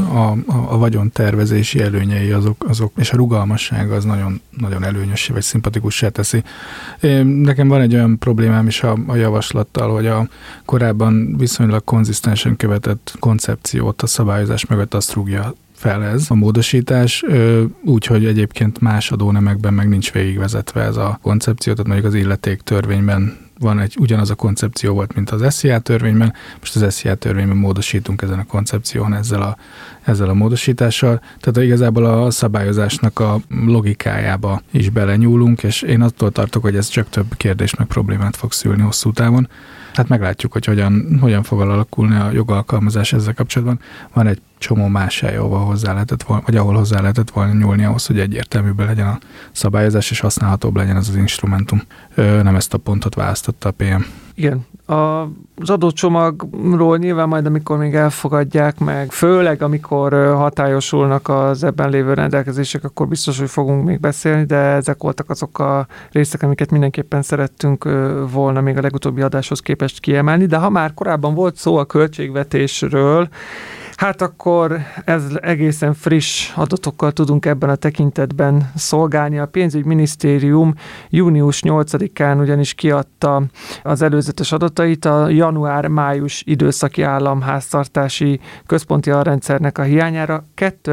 a vagyontervezési előnyei azok, és a rugalmasság az nagyon, nagyon előnyössé vagy szimpatikussá teszi. Nekem van egy olyan problémám is a javaslattal, hogy a korábban viszonylag konzisztensen követett koncepciót a szabályozás mögött azt rúgja fel ez a módosítás, úgyhogy egyébként más adónemekben meg nincs végigvezetve ez a koncepció, tehát mondjuk az illeték törvényben van ugyanaz a koncepció volt, mint az SZIA törvényben, most az SZIA törvényben módosítunk ezen a koncepción ezzel a módosítással, tehát igazából a szabályozásnak a logikájába is belenyúlunk, és én attól tartok, hogy ez csak több kérdés meg problémát fog szülni hosszú távon. Hát meglátjuk, hogy hogyan fog alakulni a jogalkalmazás ezzel kapcsolatban. Van egy csomó más hely, ahol hozzá lehetett volna nyúlni ahhoz, hogy egyértelműbb legyen a szabályozás, és használhatóbb legyen ez az instrumentum. Nem ezt a pontot választotta a PM. Igen. Az adócsomagról nyilván majd, amikor még elfogadják meg, főleg amikor hatályosulnak az ebben lévő rendelkezések, akkor biztos, hogy fogunk még beszélni, de ezek voltak azok a részek, amiket mindenképpen szerettünk volna még a legutóbbi adáshoz képest kiemelni, de ha már korábban volt szó a költségvetésről, hát akkor ez egészen friss adatokkal tudunk ebben a tekintetben szolgálni. A pénzügyminisztérium június 8-án ugyanis kiadta az előzetes adatait a január-május időszaki államháztartási központi alrendszernek a hiányára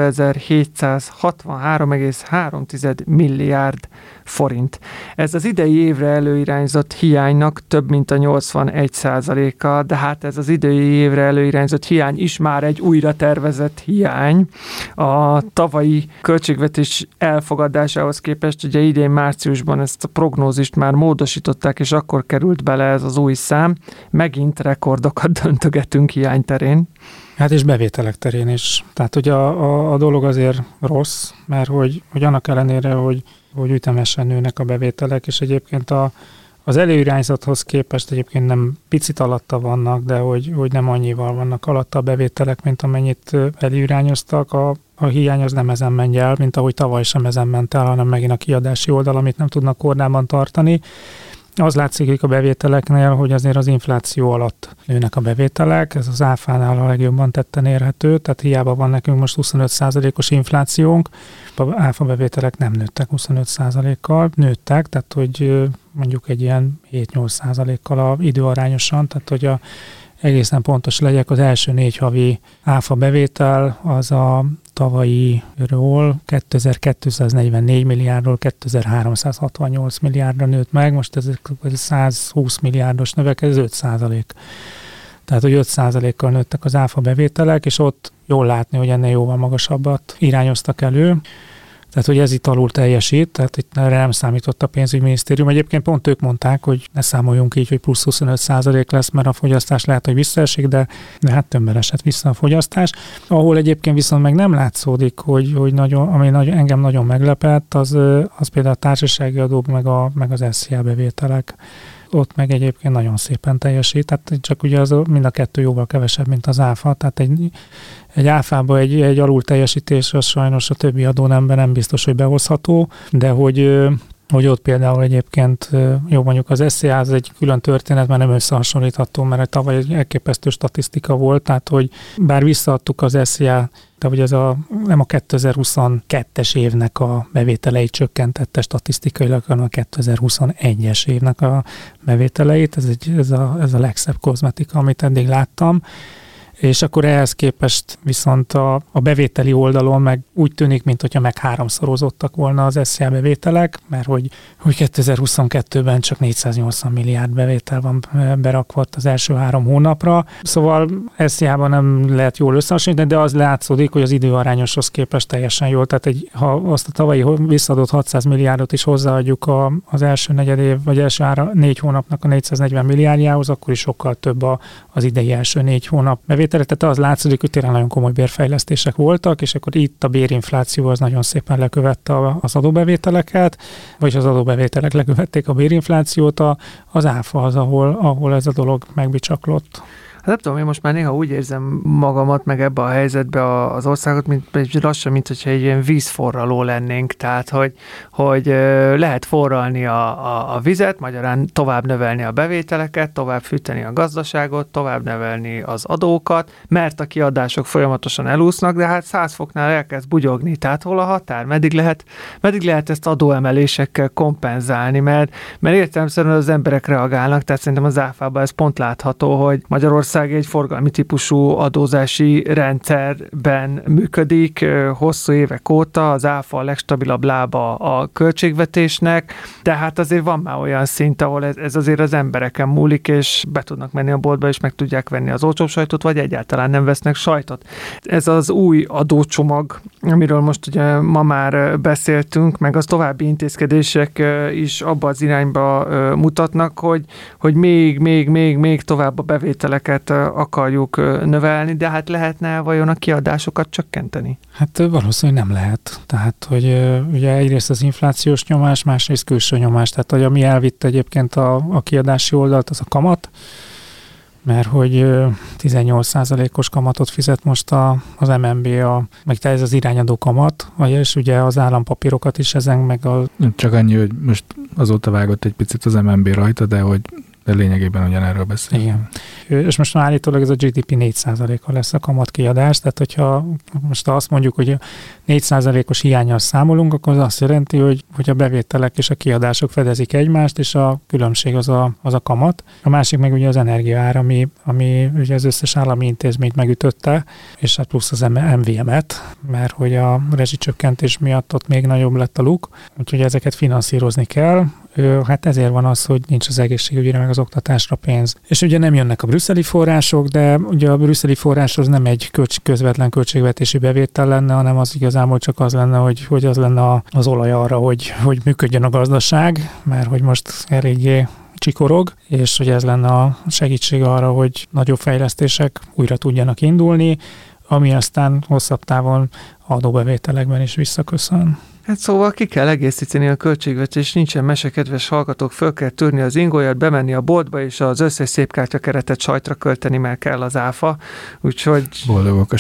2763,3 milliárd forint. Ez az idei évre előirányzott hiánynak több mint a 81%-a, de hát ez az idei évre előirányzott hiány is már egy újra tervezett hiány. A tavalyi költségvetés elfogadásához képest, ugye idén márciusban ezt a prognózist már módosították, és akkor került bele ez az új szám. Megint rekordokat döntögetünk hiányterén. Hát és bevételek terén is. Tehát ugye a dolog azért rossz, mert hogy annak ellenére, hogy ütemesen nőnek a bevételek, és egyébként az előirányzathoz képest egyébként nem picit alatta vannak, de hogy nem annyival vannak alatta a bevételek, mint amennyit előirányoztak. A a hiány az nem ezen megy el, mint ahogy tavaly sem ezen ment el, hanem megint a kiadási oldal, amit nem tudnak kordában tartani. Az látszik a bevételeknél, hogy azért az infláció alatt nőnek a bevételek, ez az áfánál a legjobban tetten érhető, tehát hiába van nekünk most 25%-os inflációnk, a áfa bevételek nem nőttek 25%-kal, nőttek, tehát hogy mondjuk egy ilyen 7-8%-kal időarányosan, tehát hogy egészen pontos legyek, az első 4 havi áfa bevétel az a tavalyiról 2244 milliárdról 2368 milliárdra nőtt meg, most ez 120 milliárdos növekedés, 5%. Tehát, hogy 5%-kal nőttek az áfa bevételek, és ott jól látni, hogy ennél jóval magasabbat irányoztak elő. Tehát, hogy ez itt alul teljesít, tehát itt erre nem számított a pénzügyminisztérium. Egyébként pont ők mondták, hogy ne számoljunk így, hogy plusz 25% lesz, mert a fogyasztás lehet, hogy visszaesik, de hát többen esett vissza a fogyasztás. Ahol egyébként viszont meg nem látszódik, hogy nagyon, ami engem nagyon meglepett, az például a társasági adók, meg az SZIA bevételek. Ott meg egyébként nagyon szépen teljesít, tehát csak ugye az mind a kettő jóval kevesebb, mint az áfa, tehát egy áfában egy alul teljesítés, az sajnos a többi adónemben nem biztos, hogy behozható, de hogy ott például egyébként, jó mondjuk az SZIA az egy külön történet, mert nem összehasonlítható, mert tavaly egy elképesztő statisztika volt, tehát hogy bár visszaadtuk az SZIA, de hogy ez nem a 2022-es évnek a bevételeit csökkentette statisztikailag, hanem a 2021-es évnek a bevételeit, ez a legszebb kozmetika, amit eddig láttam. És akkor ehhez képest viszont a bevételi oldalon meg úgy tűnik, mintha meg 3-szorozottak volna az SZIA bevételek, mert hogy 2022-ben csak 480 milliárd bevétel van berakva az első 3 hónapra. Szóval SZIA-ban nem lehet jól összehasonlítani, de az látszódik, hogy az időarányoshoz képest teljesen jól. Tehát ha azt a tavalyi visszaadott 600 milliárdot is hozzáadjuk az első negyedév, vagy első 4 hónapnak a 440 milliárdjához, akkor is sokkal több az idei első 4 hónap bevétel. Tehát az látszik, hogy tényleg nagyon komoly bérfejlesztések voltak, és akkor itt a bérinfláció az nagyon szépen lekövette az adóbevételeket, vagyis az adóbevételek lekövették a bérinflációt, az áfa az, ahol ez a dolog megbicsaklott. Hát nem tudom, én most már néha úgy érzem magamat, meg ebbe a helyzetbe az országot, mint lassan, mint hogyha egy ilyen vízforraló lennénk, tehát hogy lehet forralni a vizet, magyarán tovább növelni a bevételeket, tovább fűteni a gazdaságot, tovább növelni az adókat, mert a kiadások folyamatosan elúsznak, de hát 100 foknál elkezd bugyogni, tehát hol a határ? Meddig lehet ezt adóemelésekkel kompenzálni, mert értelemszerűen az emberek reagálnak, tehát szerintem az áfában ez pont látható, hogy Magyarország egy forgalmi típusú adózási rendszerben működik hosszú évek óta, az áfa a legstabilabb lába a költségvetésnek, tehát azért van már olyan szint, ahol ez azért az embereken múlik, és be tudnak menni a boltba, és meg tudják venni az olcsóbb sajtot, vagy egyáltalán nem vesznek sajtot. Ez az új adócsomag, amiről most ugye ma már beszéltünk, meg az további intézkedések is abba az irányba mutatnak, hogy még tovább a bevételeket akarjuk növelni, de hát lehetne vajon a kiadásokat csökkenteni? Hát valószínűleg nem lehet. Tehát, hogy ugye egyrészt az inflációs nyomás, másrészt külső nyomás. Tehát, hogy ami elvitte egyébként a kiadási oldalt, az a kamat, mert hogy 18%-os kamatot fizet most az MNB, meg ez az irányadó kamat, és ugye az állampapírokat is ezen meg Csak annyi, hogy most azóta vágott egy picit az MNB rajta, de lényegében ugyanerről beszélünk. Igen. És most már állítólag ez a GDP 4%-a lesz a kamatkiadás, tehát hogyha most azt mondjuk, hogy 4%-os hiánnyal számolunk, akkor az azt jelenti, hogy a bevételek és a kiadások fedezik egymást, és a különbség az a kamat. A másik meg ugye az energiaár, ami ugye az összes állami intézményt megütötte, és hát plusz az MVM-et, mert hogy a rezsicsökkentés miatt ott még nagyobb lett a luk, úgyhogy ezeket finanszírozni kell. Hát ezért van az, hogy nincs az egészségügyre meg az oktatásra pénz. És ugye nem jönnek a brüsszeli források, de ugye a brüsszeli forrás az nem egy közvetlen költségvetési bevétel lenne, hanem az igazából csak az lenne, hogy az lenne az olaj arra, hogy működjön a gazdaság, mert hogy most eléggé csikorog, és hogy ez lenne a segítség arra, hogy nagyobb fejlesztések újra tudjanak indulni, ami aztán hosszabb távon adóbevételekben is visszaköszön. Hát szóval ki kell egészíteni a költségvetést, nincsen mese, kedves hallgatók, föl kell törni az ingójat, bemenni a boltba, és az összes szép kártyakeretet sajtra költeni, mert kell az áfa. Úgyhogy... Boldogok a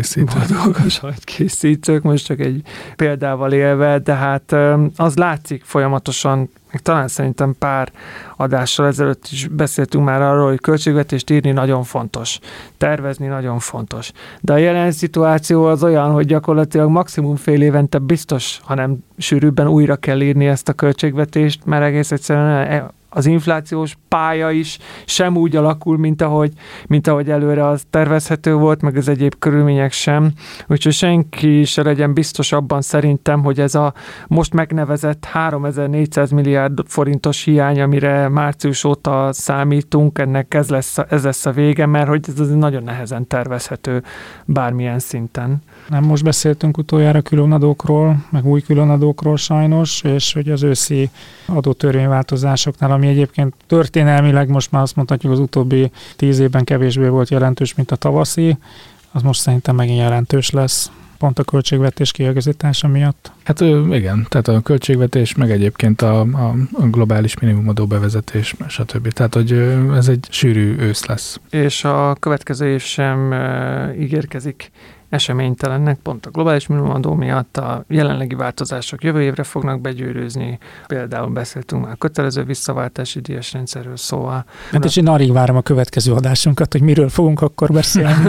sajtkészítők. Most csak egy példával élve, de hát az látszik folyamatosan, meg talán szerintem pár adással ezelőtt is beszéltünk már arról, hogy költségvetést írni nagyon fontos, tervezni nagyon fontos. De a jelen szituáció az olyan, hogy gyakorlatilag maximum fél évente biztos, hanem sűrűbben újra kell írni ezt a költségvetést, mert egész egyszerűen az inflációs pálya is sem úgy alakul, mint ahogy előre az tervezhető volt, meg az egyéb körülmények sem. Úgyhogy senki se legyen biztos abban szerintem, hogy ez a most megnevezett 3400 milliárd forintos hiány, amire március óta számítunk, ennek ez lesz a vége, mert hogy ez nagyon nehezen tervezhető bármilyen szinten. Nem most beszéltünk utoljára különadókról, meg új különadókról sajnos, és hogy az őszi adótörvényváltozásoknál, ami egyébként történelmileg most már azt mondhatjuk, az utóbbi 10 évben kevésbé volt jelentős, mint a tavaszi, az most szerintem megint jelentős lesz, pont a költségvetés kiigazítása miatt. Hát igen, tehát a költségvetés, meg egyébként a globális minimumadó bevezetés, stb. Tehát, hogy ez egy sűrű ősz lesz. És a következő év sem ígérkezik eseménytelennek, pont a globális minimumadó miatt. A jelenlegi változások jövő évre fognak begyűrűzni. Például beszéltünk már kötelező visszaváltási díjas rendszerről, szóval. Hát és én alig várom a következő adásunkat, hogy miről fogunk akkor beszélni.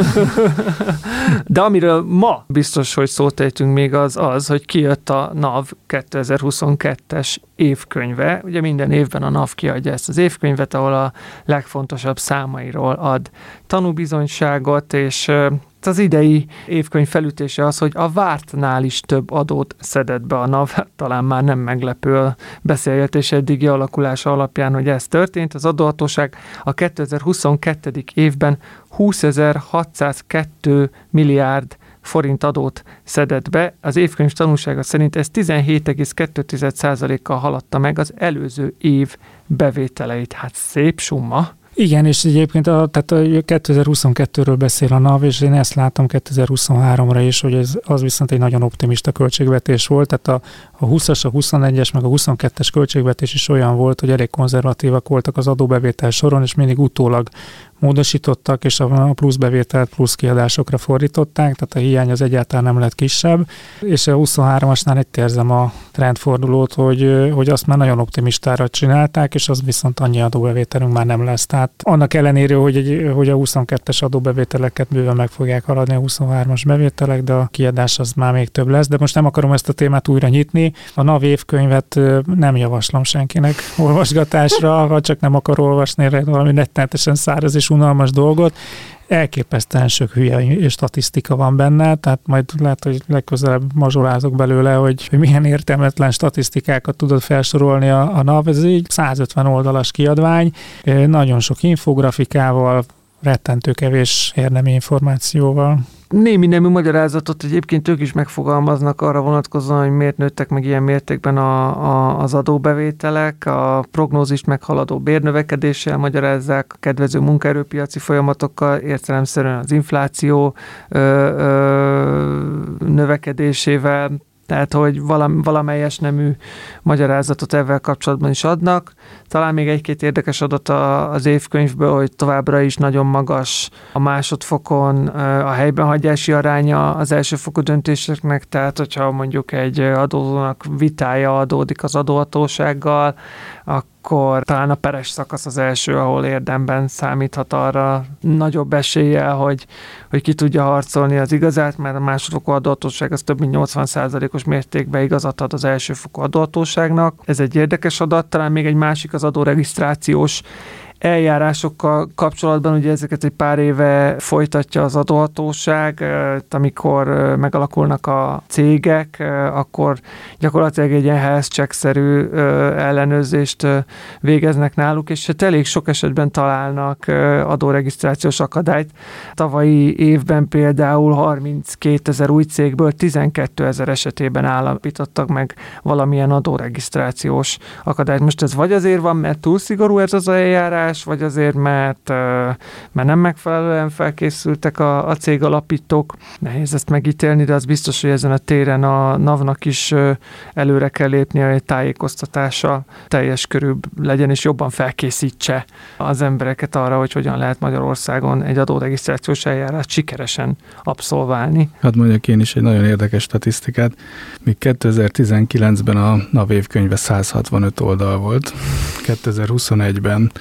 De amiről ma biztos, hogy szót ejtünk még az, hogy kijött a NAV 2022-es évkönyve. Ugye minden évben a NAV kiadja ezt az évkönyvet, ahol a legfontosabb számairól ad tanúbizonyságot, és az idei évkönyv felütése az, hogy a vártnál is több adót szedett be a NAV, talán már nem meglepő a beszélgetés eddigi alakulása alapján, hogy ez történt. Az adóhatóság a 2022. évben 20.602 milliárd forint adót szedett be. Az évkönyv tanúsága szerint ez 17,2%-kal haladta meg az előző év bevételeit. Hát szép summa. Igen, és egyébként tehát 2022-ről beszél a NAV, és én ezt láttam 2023-ra is, hogy az viszont egy nagyon optimista költségvetés volt, tehát a 20-as, a 21-es, meg a 22-es költségvetés is olyan volt, hogy elég konzervatívak voltak az adóbevétel soron, és mindig utólag módosítottak, és a plusz bevételt plusz kiadásokra fordították, tehát a hiány az egyáltalán nem lett kisebb, és a 23-asnál itt érzem a trendfordulót, hogy azt már nagyon optimistára csinálták, és az viszont annyi adóbevételünk már nem lesz. Tehát annak ellenére, hogy a 22-es adóbevételeket bőven meg fogják haladni a 23-as bevételek, de a kiadás az már még több lesz, de most nem akarom ezt a témát újra nyitni. A NAV évkönyvet nem javaslom senkinek olvasgatásra, ha csak nem akar olvasni valami rettenetesen száraz és unalmas dolgot. Elképesztően sok hülye statisztika van benne, tehát majd lehet, hogy legközelebb mazsolázok belőle, hogy milyen értelmetlen statisztikákat tudod felsorolni a NAV. Ez így 150 oldalas kiadvány, nagyon sok infografikával, rettentő kevés érdemi információval. Némi nemű magyarázatot egyébként ők is megfogalmaznak arra vonatkozóan, hogy miért nőttek meg ilyen mértékben az adóbevételek, a prognózist meghaladó bérnövekedéssel magyarázzák, a kedvező munkaerőpiaci folyamatokkal, értelemszerűen az infláció növekedésével, tehát, hogy valamelyes nemű magyarázatot ezzel kapcsolatban is adnak. Talán még egy-két érdekes adat az évkönyvből, hogy továbbra is nagyon magas a másodfokon a helybenhagyási aránya az elsőfokú döntéseknek, tehát hogyha mondjuk egy adózónak vitája adódik az adóhatósággal, akkor talán a peres szakasz az első, ahol érdemben számíthat arra nagyobb eséllyel, hogy ki tudja harcolni az igazát, mert a másodfokú adóhatóság az több mint 80%-os mértékben igazat ad az elsőfokú adóhatóságnak. Ez egy érdekes adat, talán még egy másik az adóregisztrációs eljárásokkal kapcsolatban, ugye ezeket egy pár éve folytatja az adóhatóság, amikor megalakulnak a cégek, akkor gyakorlatilag egy ilyen health check-szerű ellenőrzést végeznek náluk, és hát elég sok esetben találnak adóregisztrációs akadályt. Tavalyi évben például 32 000 új cégből 12 000 esetében állapítottak meg valamilyen adóregisztrációs akadályt. Most ez vagy azért van, mert túl szigorú ez az eljárás, hibás, vagy azért, mert nem megfelelően felkészültek a cég alapítók. Nehéz ezt megítélni, de az biztos, hogy ezen a téren a NAV-nak is előre kell lépnie, hogy tájékoztatása teljes körűbb legyen, és jobban felkészítse az embereket arra, hogy hogyan lehet Magyarországon egy adóregisztrációs eljárást sikeresen abszolválni. Hadd mondjak én is egy nagyon érdekes statisztikát. Míg 2019-ben a NAV évkönyve 165 oldal volt, 2021-ben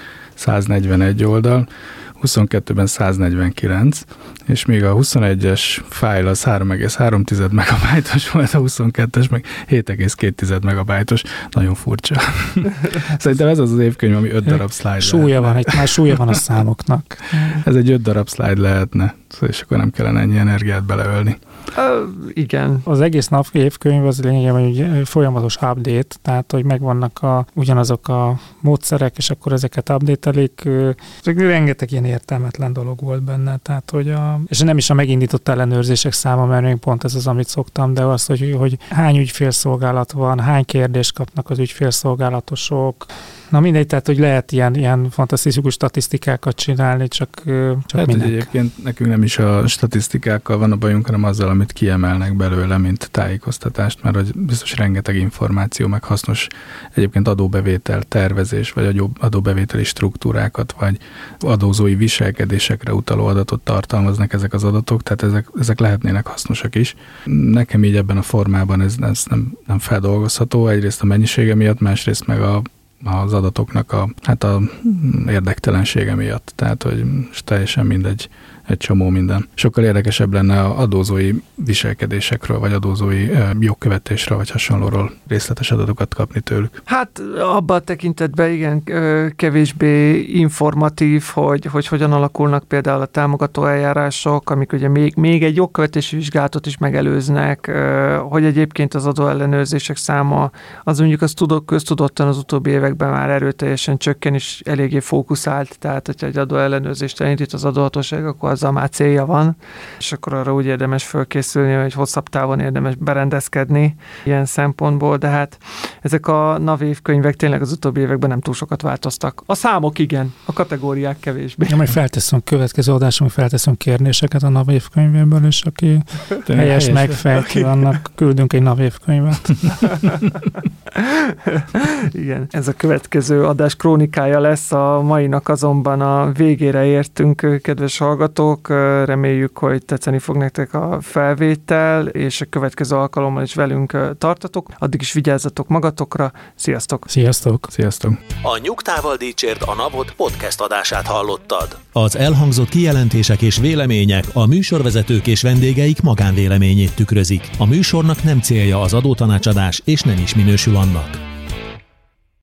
141 oldal, 22-ben 149, és még a 21-es fájl az 3,3 megabájtos volt, a 22-es meg 7,2 megabájtos. Nagyon furcsa. Szerintem ez az évkönyv, ami 5 darab slide súlya van a számoknak. Ez egy 5 darab slide lehetne, és akkor nem kellene ennyi energiát beleölni. Igen. Az egész NAV évkönyv az lényegében egy folyamatos update, tehát hogy megvannak ugyanazok a módszerek, és akkor ezeket update-elik. Rengeteg ilyen értelmetlen dolog volt benne, tehát hogy és nem is a megindított ellenőrzések száma, mert még pont ez az, amit szoktam, de az, hogy hány ügyfélszolgálat van, hány kérdést kapnak az ügyfélszolgálatosok. Na mindegy, tehát hogy lehet ilyen fantasztikus statisztikákat csinálni, csak hát, minek. Egyébként nekünk nem is a statisztikákkal van a bajunk, hanem azzal, amit kiemelnek belőle, mint tájékoztatást, mert hogy biztos rengeteg információ, meg hasznos egyébként adóbevétel tervezés, vagy adóbevételi struktúrákat, vagy adózói viselkedésekre utaló adatot tartalmaznak ezek az adatok, tehát ezek lehetnének hasznosak is. Nekem így ebben a formában ez nem feldolgozható, egyrészt a mennyisége miatt, másrészt meg az adatoknak a érdektelensége miatt. Tehát, hogy teljesen mindegy, egy csomó minden. Sokkal érdekesebb lenne az adózói viselkedésekről, vagy adózói jogkövetésről, vagy hasonlóról részletes adatokat kapni tőlük. Hát abban a tekintetben igen, kevésbé informatív, hogy hogyan alakulnak például a támogató eljárások, amik ugye még egy jogkövetési vizsgálatot is megelőznek, hogy egyébként az adóellenőrzések száma, az mondjuk az köztudottan az utóbbi években már erőteljesen csökken, és eléggé fókuszált, tehát hogyha egy adóellenőrzést elindít az adóhatóság, akkor azzal már célja van, és akkor arra úgy érdemes fölkészülni, hogy hosszabb távon érdemes berendezkedni ilyen szempontból, de hát ezek a NAV évkönyvek tényleg az utóbbi években nem túl sokat változtak. A számok igen, a kategóriák kevésbé. Ja, majd felteszünk következő adáson, felteszünk kérdéseket a NAV évkönyvéből, és aki helyes megfejti, annak küldünk egy NAV évkönyvet. Igen, ez a következő adás krónikája lesz, a mainak azonban a végére értünk, kedves hallgatók. Reméljük, hogy tetszeni fog nektek a felvétel, és a következő alkalommal is velünk tartatok. Addig is vigyázzatok magatokra. Sziasztok! Sziasztok! Sziasztok! A Nyugtával dicsért a NAV-ot podcast adását hallottad. Az elhangzott kijelentések és vélemények a műsorvezetők és vendégeik magánvéleményét tükrözik. A műsornak nem célja az adótanácsadás, és nem is minősül annak.